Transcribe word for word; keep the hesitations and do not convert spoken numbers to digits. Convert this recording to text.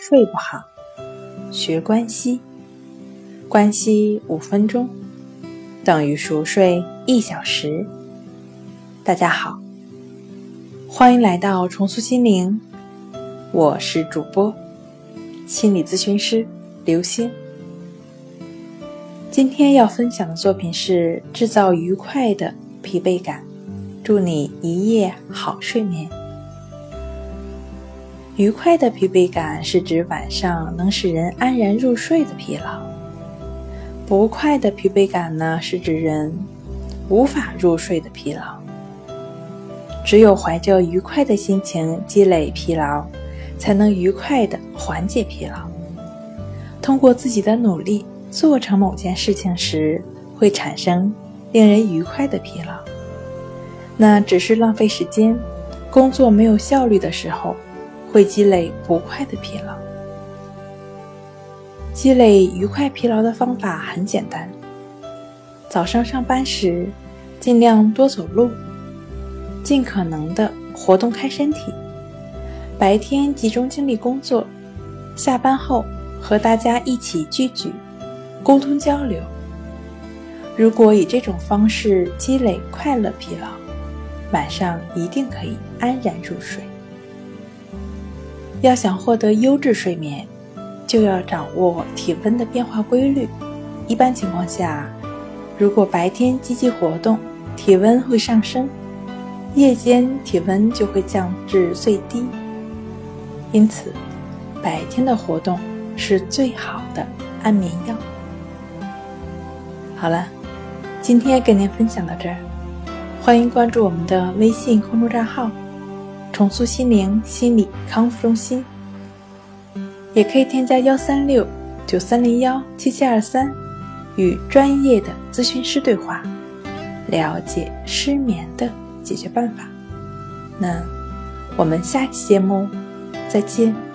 睡不好，学关息，关息五分钟等于熟睡一小时。大家好，欢迎来到重塑心灵，我是主播心理咨询师刘星。今天要分享的作品是制造愉快的疲惫感，祝你一夜好睡眠。愉快的疲惫感是指晚上能使人安然入睡的疲劳，不快的疲惫感呢，是指人无法入睡的疲劳。只有怀着愉快的心情积累疲劳，才能愉快地缓解疲劳。通过自己的努力做成某件事情时，会产生令人愉快的疲劳。那只是浪费时间，工作没有效率的时候，会积累不快的疲劳。积累愉快疲劳的方法很简单，早上上班时尽量多走路，尽可能的活动开身体，白天集中精力工作，下班后和大家一起聚聚，沟通交流。如果以这种方式积累快乐疲劳，晚上一定可以安然入睡。要想获得优质睡眠，就要掌握体温的变化规律。一般情况下，如果白天积极活动，体温会上升，夜间体温就会降至最低。因此，白天的活动是最好的安眠药。好了，今天跟您分享到这儿，欢迎关注我们的微信公众账号重塑心灵心理康复中心，也可以添加一三六九三零一七七二三与专业的咨询师对话，了解失眠的解决办法。那我们下期节目再见。